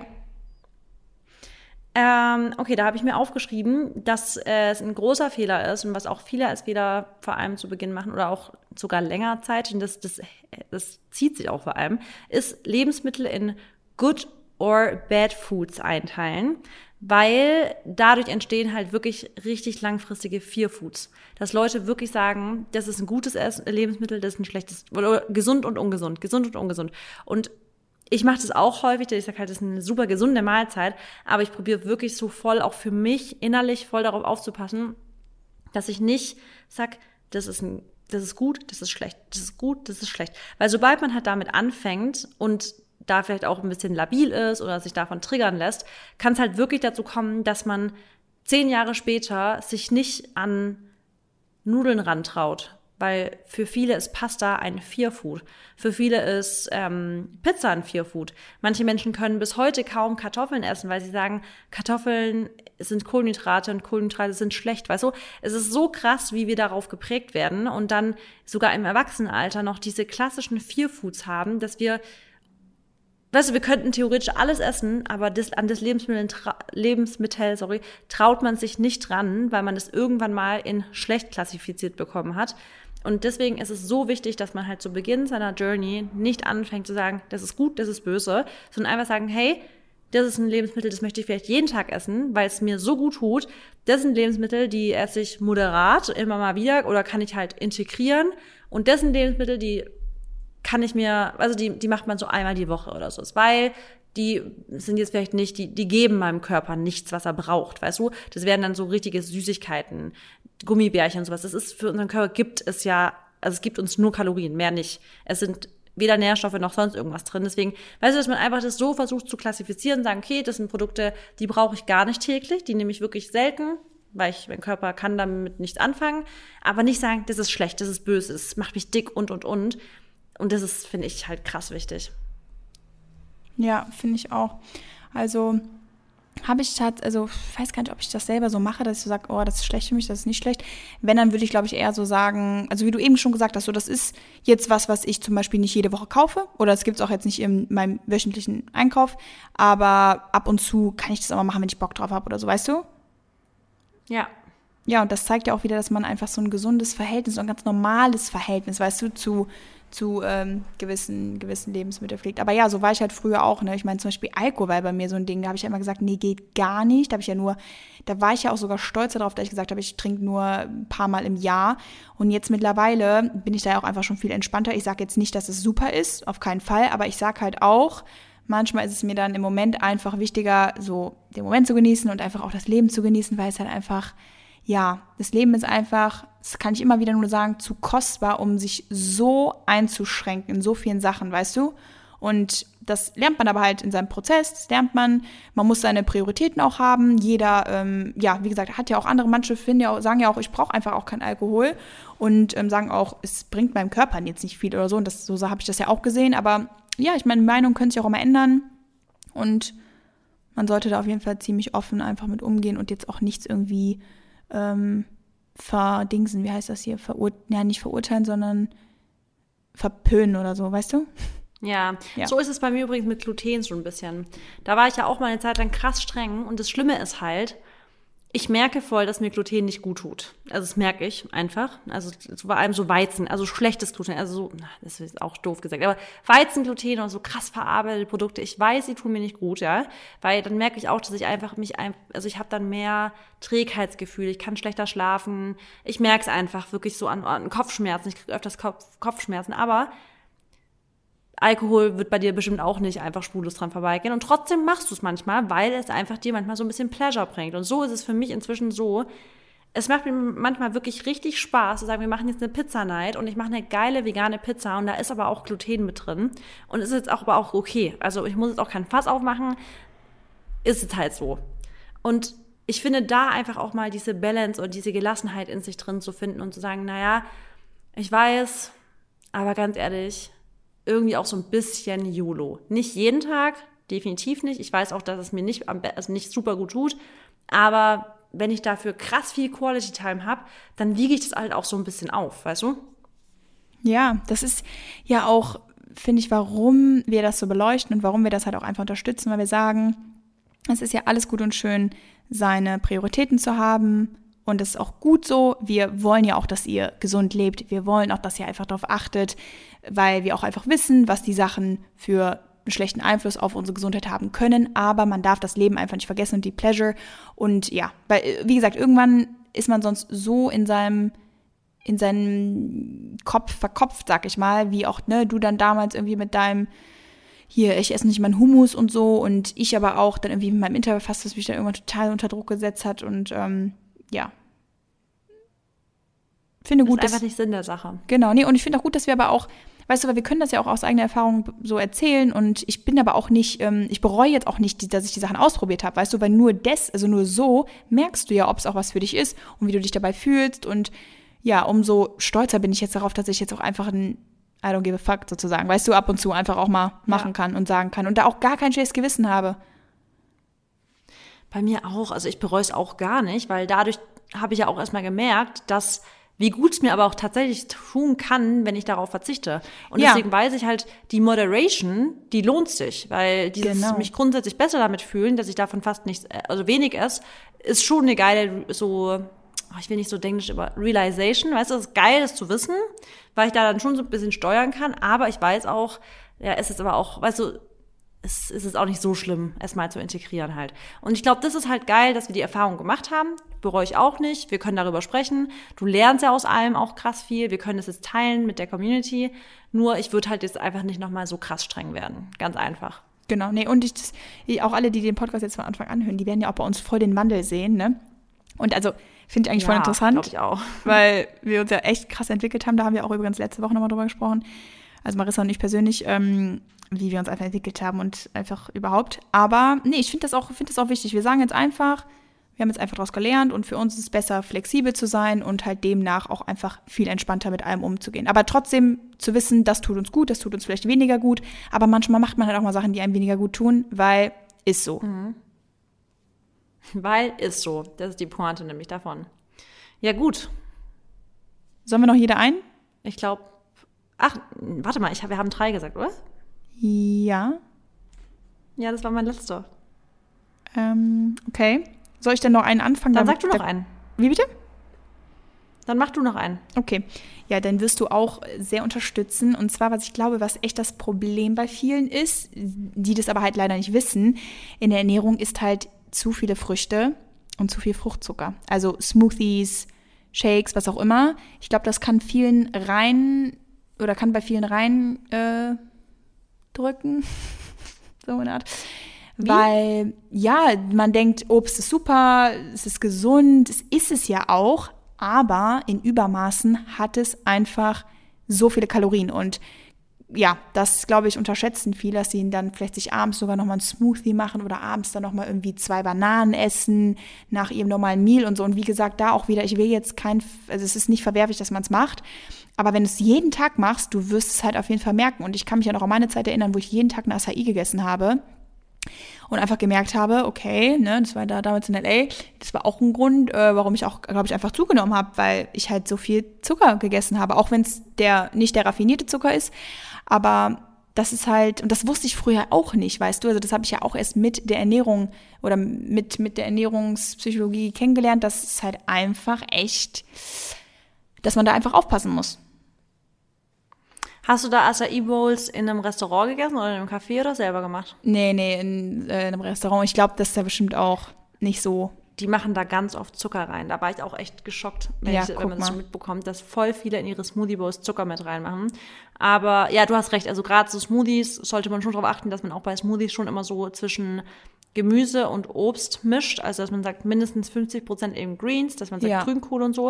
Okay, da habe ich mir aufgeschrieben, dass es ein großer Fehler ist und was auch viele als Fehler vor allem zu Beginn machen oder auch sogar länger Zeit, und das zieht sich auch vor allem, ist Lebensmittel in Good or Bad Foods einteilen, weil dadurch entstehen halt wirklich richtig langfristige Fear-Foods. Dass Leute wirklich sagen, das ist ein gutes Lebensmittel, das ist ein schlechtes, oder gesund und ungesund, gesund und ungesund. Und ich mache das auch häufig, ich sage halt, das ist eine super gesunde Mahlzeit, aber ich probiere wirklich so voll auch für mich innerlich voll darauf aufzupassen, dass ich nicht sag, das ist gut, das ist schlecht, das ist gut, das ist schlecht. Weil sobald man halt damit anfängt und da vielleicht auch ein bisschen labil ist oder sich davon triggern lässt, kann es halt wirklich dazu kommen, dass man 10 Jahre später sich nicht an Nudeln rantraut. Weil für viele ist Pasta ein Fear-Food. Für viele ist Pizza ein Fear-Food. Manche Menschen können bis heute kaum Kartoffeln essen, weil sie sagen, Kartoffeln sind Kohlenhydrate und Kohlenhydrate sind schlecht. Weißt du, es ist so krass, wie wir darauf geprägt werden und dann sogar im Erwachsenenalter noch diese klassischen Fear-Foods haben, dass wir könnten theoretisch alles essen, aber an das Lebensmittel, traut man sich nicht dran, weil man es irgendwann mal in schlecht klassifiziert bekommen hat. Und deswegen ist es so wichtig, dass man halt zu Beginn seiner Journey nicht anfängt zu sagen, das ist gut, das ist böse, sondern einfach sagen, hey, das ist ein Lebensmittel, das möchte ich vielleicht jeden Tag essen, weil es mir so gut tut. Das sind Lebensmittel, die esse ich moderat immer mal wieder oder kann ich halt integrieren. Und das sind Lebensmittel, die kann ich mir, also die macht man so einmal die Woche oder so, weil die sind jetzt vielleicht nicht, die geben meinem Körper nichts, was er braucht, weißt du? Das wären dann so richtige Süßigkeiten, Gummibärchen und sowas. Das ist für unseren Körper es gibt uns nur Kalorien, mehr nicht. Es sind weder Nährstoffe noch sonst irgendwas drin. Deswegen, weißt du, dass man einfach das so versucht zu klassifizieren, sagen, okay, das sind Produkte, die brauche ich gar nicht täglich, die nehme ich wirklich selten, weil mein Körper kann damit nichts anfangen, aber nicht sagen, das ist schlecht, das ist böse, das macht mich dick und. Und das ist, finde ich, halt krass wichtig. Ja, finde ich auch. Also ich weiß gar nicht, ob ich das selber so mache, dass ich so sage, oh, das ist schlecht für mich, das ist nicht schlecht. Wenn, dann würde ich, glaube ich, eher so sagen, also wie du eben schon gesagt hast, so das ist jetzt was ich zum Beispiel nicht jede Woche kaufe oder das gibt es auch jetzt nicht in meinem wöchentlichen Einkauf, aber ab und zu kann ich das auch mal machen, wenn ich Bock drauf habe oder so, weißt du? Ja. Ja, und das zeigt ja auch wieder, dass man einfach so ein gesundes Verhältnis, so ein ganz normales Verhältnis, weißt du, zu gewissen Lebensmitteln pflegt. Aber ja, so war ich halt früher auch, ne? Ich meine zum Beispiel Alkohol war bei mir so ein Ding, da habe ich ja immer gesagt, nee, geht gar nicht. Da war ich ja auch sogar stolz darauf, dass ich gesagt habe, ich trinke nur ein paar Mal im Jahr. Und jetzt mittlerweile bin ich da ja auch einfach schon viel entspannter. Ich sage jetzt nicht, dass es super ist, auf keinen Fall, aber ich sage halt auch, manchmal ist es mir dann im Moment einfach wichtiger, so den Moment zu genießen und einfach auch das Leben zu genießen, weil es halt einfach, ja, das Leben ist einfach, das kann ich immer wieder nur sagen, zu kostbar, um sich so einzuschränken in so vielen Sachen, weißt du? Und das lernt man aber halt in seinem Prozess, das lernt man muss seine Prioritäten auch haben. Jeder, wie gesagt, hat ja auch andere, manche sagen ja auch, ich brauche einfach auch keinen Alkohol und sagen auch, es bringt meinem Körper jetzt nicht viel oder so. Und so habe ich das ja auch gesehen. Aber ja, ich meine, Meinungen können sich auch immer ändern und man sollte da auf jeden Fall ziemlich offen einfach mit umgehen und jetzt auch nichts irgendwie verdingsen, wie heißt das hier? Nicht verurteilen, sondern verpönen oder so, weißt du? Ja, so ist es bei mir übrigens mit Gluten schon ein bisschen. Da war ich ja auch mal eine Zeit lang krass streng und das Schlimme ist halt, ich merke voll, dass mir Gluten nicht gut tut. Also das merke ich einfach. Also vor allem so Weizen, also schlechtes Gluten, also so, das ist auch doof gesagt, aber Weizengluten und so krass verarbeitete Produkte, ich weiß, sie tun mir nicht gut, ja, weil dann merke ich auch, dass ich einfach ich habe dann mehr Trägheitsgefühl, ich kann schlechter schlafen, ich merke es einfach wirklich so an Kopfschmerzen, ich kriege öfters Kopfschmerzen, aber Alkohol wird bei dir bestimmt auch nicht einfach spurlos dran vorbeigehen. Und trotzdem machst du es manchmal, weil es einfach dir manchmal so ein bisschen Pleasure bringt. Und so ist es für mich inzwischen so. Es macht mir manchmal wirklich richtig Spaß zu sagen, wir machen jetzt eine Pizza-Night und ich mache eine geile vegane Pizza und da ist aber auch Gluten mit drin. Und es ist jetzt aber auch okay. Also ich muss jetzt auch kein Fass aufmachen. Ist jetzt halt so. Und ich finde da einfach auch mal diese Balance und diese Gelassenheit in sich drin zu finden und zu sagen, naja, ich weiß, aber ganz ehrlich, irgendwie auch so ein bisschen YOLO. Nicht jeden Tag, definitiv nicht. Ich weiß auch, dass es mir nicht super gut tut. Aber wenn ich dafür krass viel Quality Time habe, dann wiege ich das halt auch so ein bisschen auf, weißt du? Ja, das ist ja auch, finde ich, warum wir das so beleuchten und warum wir das halt auch einfach unterstützen, weil wir sagen, es ist ja alles gut und schön, seine Prioritäten zu haben. Und das ist auch gut so. Wir wollen ja auch, dass ihr gesund lebt. Wir wollen auch, dass ihr einfach darauf achtet, weil wir auch einfach wissen, was die Sachen für schlechten Einfluss auf unsere Gesundheit haben können, aber man darf das Leben einfach nicht vergessen und die Pleasure. Und ja, weil, wie gesagt, irgendwann ist man sonst so in seinem Kopf verkopft, sag ich mal, wie auch, ne, du dann damals irgendwie mit deinem, hier, ich esse nicht meinen Hummus und so, und ich aber auch dann irgendwie mit meinem Intervallfasten, was mich dann irgendwann total unter Druck gesetzt hat, und ja. Finde gut, das ist einfach nicht Sinn der Sache. Genau, nee, und ich finde auch gut, dass wir aber auch, weißt du, weil wir können das ja auch aus eigener Erfahrung so erzählen, und ich bin aber auch nicht, ich bereue jetzt auch nicht, dass ich die Sachen ausprobiert habe, weißt du, weil nur so merkst du ja, ob es auch was für dich ist und wie du dich dabei fühlst, und ja, umso stolzer bin ich jetzt darauf, dass ich jetzt auch einfach ein I don't give a fuck sozusagen, weißt du, ab und zu einfach auch mal machen kann und sagen kann und da auch gar kein schlechtes Gewissen habe. Bei mir auch, also ich bereue es auch gar nicht, weil dadurch habe ich ja auch erstmal gemerkt, dass wie gut es mir aber auch tatsächlich tun kann, wenn ich darauf verzichte. Und deswegen weiß ich halt, die Moderation, die lohnt sich, weil dieses mich grundsätzlich besser damit fühlen, dass ich davon fast nichts, also wenig esse, ist schon eine geile, so, ich will nicht so denglisch, aber Realization, weißt du, es ist geil, das zu wissen, weil ich da dann schon so ein bisschen steuern kann, aber ich weiß auch, ja, es ist aber auch, weißt du, es ist auch nicht so schlimm, es mal zu integrieren halt. Und ich glaube, das ist halt geil, dass wir die Erfahrung gemacht haben. Bereue ich auch nicht. Wir können darüber sprechen. Du lernst ja aus allem auch krass viel. Wir können das jetzt teilen mit der Community. Nur ich würde halt jetzt einfach nicht nochmal so krass streng werden. Ganz einfach. Genau, nee, und auch alle, die den Podcast jetzt von Anfang an hören, die werden ja auch bei uns voll den Wandel sehen, ne? Und also finde ich eigentlich voll interessant. Glaube ich auch. Weil wir uns ja echt krass entwickelt haben. Da haben wir auch übrigens letzte Woche nochmal drüber gesprochen. Also Marissa und ich persönlich, wie wir uns einfach entwickelt haben und einfach überhaupt. Aber nee, ich finde das auch wichtig. Wir sagen jetzt einfach, wir haben jetzt einfach daraus gelernt, und für uns ist es besser, flexibel zu sein und halt demnach auch einfach viel entspannter mit allem umzugehen. Aber trotzdem zu wissen, das tut uns gut, das tut uns vielleicht weniger gut, aber manchmal macht man halt auch mal Sachen, die einem weniger gut tun, weil ist so. Mhm. Weil ist so. Das ist die Pointe nämlich davon. Ja, gut. Sollen wir noch jeder ein? Ich glaube, warte mal, wir haben 3 gesagt, oder? Ja. Ja, das war mein letzter. Okay. Soll ich denn noch einen anfangen? Dann sag du noch einen. Wie bitte? Dann mach du noch einen. Okay. Ja, dann wirst du auch sehr unterstützen. Und zwar, was ich glaube, was echt das Problem bei vielen ist, die das aber halt leider nicht wissen, in der Ernährung ist halt zu viele Früchte und zu viel Fruchtzucker. Also Smoothies, Shakes, was auch immer. Ich glaube, das kann bei vielen rein drücken. So eine Art. Wie? Weil, ja, man denkt, Obst ist super, es ist gesund, es ist es ja auch, aber in Übermaßen hat es einfach so viele Kalorien. Und ja, das, glaube ich, unterschätzen viele, dass sie dann vielleicht sich abends sogar nochmal einen Smoothie machen oder abends dann nochmal irgendwie 2 Bananen essen nach ihrem normalen Meal und so. Und wie gesagt, da auch wieder, ich will jetzt also es ist nicht verwerflich, dass man es macht, aber wenn du es jeden Tag machst, du wirst es halt auf jeden Fall merken. Und ich kann mich ja noch an meine Zeit erinnern, wo ich jeden Tag eine Acai gegessen habe und einfach gemerkt habe, okay, ne, das war da damals in L.A., das war auch ein Grund, warum ich auch, glaube ich, einfach zugenommen habe, weil ich halt so viel Zucker gegessen habe, auch wenn es nicht der raffinierte Zucker ist, aber das ist halt, und das wusste ich früher auch nicht, weißt du, also das habe ich ja auch erst mit der Ernährung oder mit der Ernährungspsychologie kennengelernt, dass es halt einfach echt, dass man da einfach aufpassen muss. Hast du da Acai Bowls in einem Restaurant gegessen oder in einem Café oder selber gemacht? Nee, in einem Restaurant. Ich glaube, das ist ja bestimmt auch nicht so. Die machen da ganz oft Zucker rein. Da war ich auch echt geschockt, wenn man das schon mitbekommt, dass voll viele in ihre Smoothie Bowls Zucker mit reinmachen. Aber ja, du hast recht. Also gerade so Smoothies sollte man schon darauf achten, dass man auch bei Smoothies schon immer so zwischen Gemüse und Obst mischt. Also dass man sagt, mindestens 50% eben Greens, dass man sagt Grünkohl und so.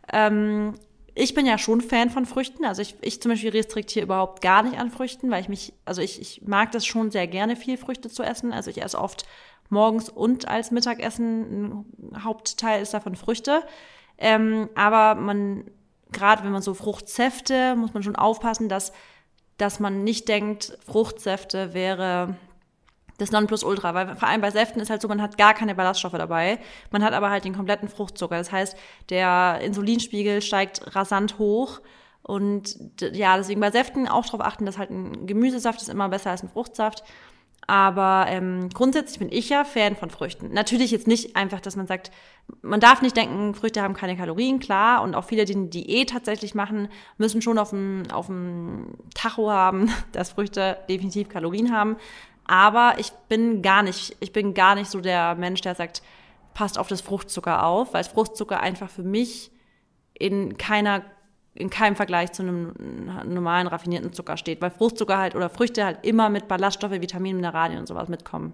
Ich bin ja schon Fan von Früchten. Also ich zum Beispiel restriktiere überhaupt gar nicht an Früchten, weil ich mag das schon sehr gerne, viel Früchte zu essen. Also ich esse oft morgens und als Mittagessen. Ein Hauptteil ist davon Früchte. Aber gerade wenn man so Fruchtsäfte, muss man schon aufpassen, dass man nicht denkt, Fruchtsäfte wäre das Nonplusultra, weil vor allem bei Säften ist halt so, man hat gar keine Ballaststoffe dabei, man hat aber halt den kompletten Fruchtzucker. Das heißt, der Insulinspiegel steigt rasant hoch und ja, deswegen bei Säften auch darauf achten, dass halt ein Gemüsesaft ist immer besser als ein Fruchtsaft. Aber grundsätzlich bin ich ja Fan von Früchten. Natürlich jetzt nicht einfach, dass man sagt, man darf nicht denken, Früchte haben keine Kalorien, klar. Und auch viele, die eine Diät tatsächlich machen, müssen schon auf dem Tacho haben, dass Früchte definitiv Kalorien haben. Aber ich bin gar nicht so der Mensch, der sagt, passt auf das Fruchtzucker auf, weil Fruchtzucker einfach für mich in keinem Vergleich zu einem normalen raffinierten Zucker steht, weil Fruchtzucker halt oder Früchte halt immer mit Ballaststoffe, Vitaminen, Mineralien und sowas mitkommen.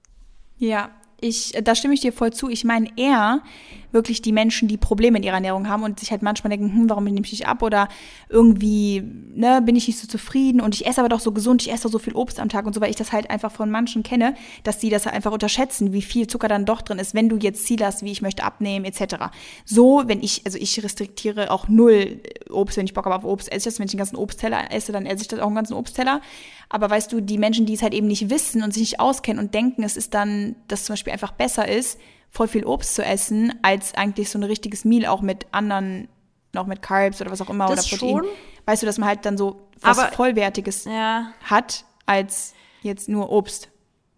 Ja, da stimme ich dir voll zu. Ich meine eher wirklich die Menschen, die Probleme in ihrer Ernährung haben und sich halt manchmal denken, warum nehme ich nicht ab oder irgendwie bin ich nicht so zufrieden und ich esse aber doch so gesund, ich esse doch so viel Obst am Tag und so, weil ich das halt einfach von manchen kenne, dass die das halt einfach unterschätzen, wie viel Zucker dann doch drin ist, wenn du jetzt Ziel hast, wie ich möchte abnehmen etc. So, ich restriktiere auch null Obst, wenn ich Bock habe auf Obst, esse ich das, wenn ich den ganzen Obstteller esse, dann esse ich das auch einen ganzen Obstteller. Aber weißt du, die Menschen, die es halt eben nicht wissen und sich nicht auskennen und denken, es ist dann, dass zum Beispiel einfach besser ist, voll viel Obst zu essen, als eigentlich so ein richtiges Meal auch mit anderen, noch mit Carbs oder was auch immer Das oder Protein. schon. Weißt du, dass man halt dann so was Aber, Vollwertiges hat, als jetzt nur Obst.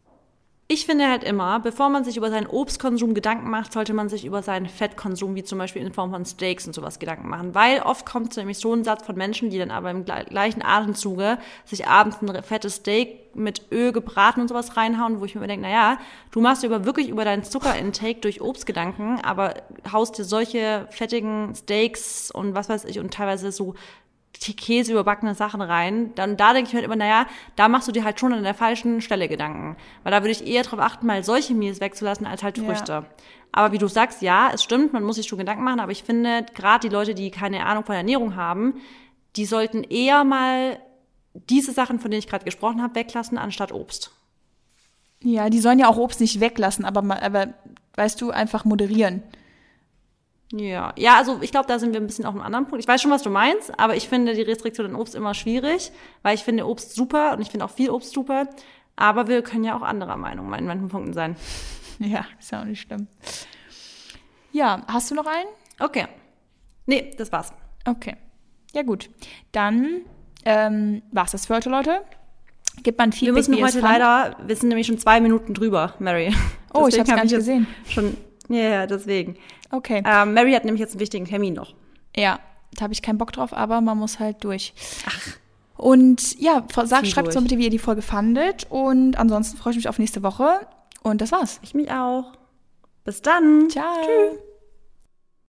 Ich finde halt immer, bevor man sich über seinen Obstkonsum Gedanken macht, sollte man sich über seinen Fettkonsum, wie zum Beispiel in Form von Steaks und sowas, Gedanken machen. Weil oft kommt nämlich so ein Satz von Menschen, die dann aber im gleichen Atemzuge sich abends ein fettes Steak mit Öl gebraten und sowas reinhauen, wo ich mir denke, naja, du machst dir wirklich über deinen Zuckerintake durch Obst Gedanken, aber haust dir solche fettigen Steaks und was weiß ich und teilweise so Käse überbackene Sachen rein, da denke ich mir halt immer, naja, da machst du dir halt schon an der falschen Stelle Gedanken. Weil da würde ich eher darauf achten, mal solche Meals wegzulassen, als halt Früchte. Ja. Aber wie du sagst, ja, es stimmt, man muss sich schon Gedanken machen, aber ich finde, gerade die Leute, die keine Ahnung von Ernährung haben, die sollten eher mal diese Sachen, von denen ich gerade gesprochen habe, weglassen, anstatt Obst. Ja, die sollen ja auch Obst nicht weglassen, aber weißt du, einfach moderieren. Ja, also ich glaube, da sind wir ein bisschen auf einem anderen Punkt. Ich weiß schon, was du meinst, aber ich finde die Restriktion in Obst immer schwierig, weil ich finde Obst super und ich finde auch viel Obst super, aber wir können ja auch anderer Meinung in manchen Punkten sein. Ja, ist ja auch nicht schlimm. Ja, hast du noch einen? Okay. Nee, das war's. Okay. Ja gut, dann war's das für heute, Leute. Gibt man Feedback, wir müssen heute leider, wir sind nämlich schon 2 Minuten drüber, Mary. Oh, ich hab's gar nicht gesehen. Ja, deswegen. Okay. Mary hat nämlich jetzt einen wichtigen Termin noch. Ja, da habe ich keinen Bock drauf, aber man muss halt durch. Ach. Und ja, schreibt uns mal bitte, wie ihr die Folge fandet. Und ansonsten freue ich mich auf nächste Woche. Und das war's. Ich mich auch. Bis dann. Ciao. Tschüss.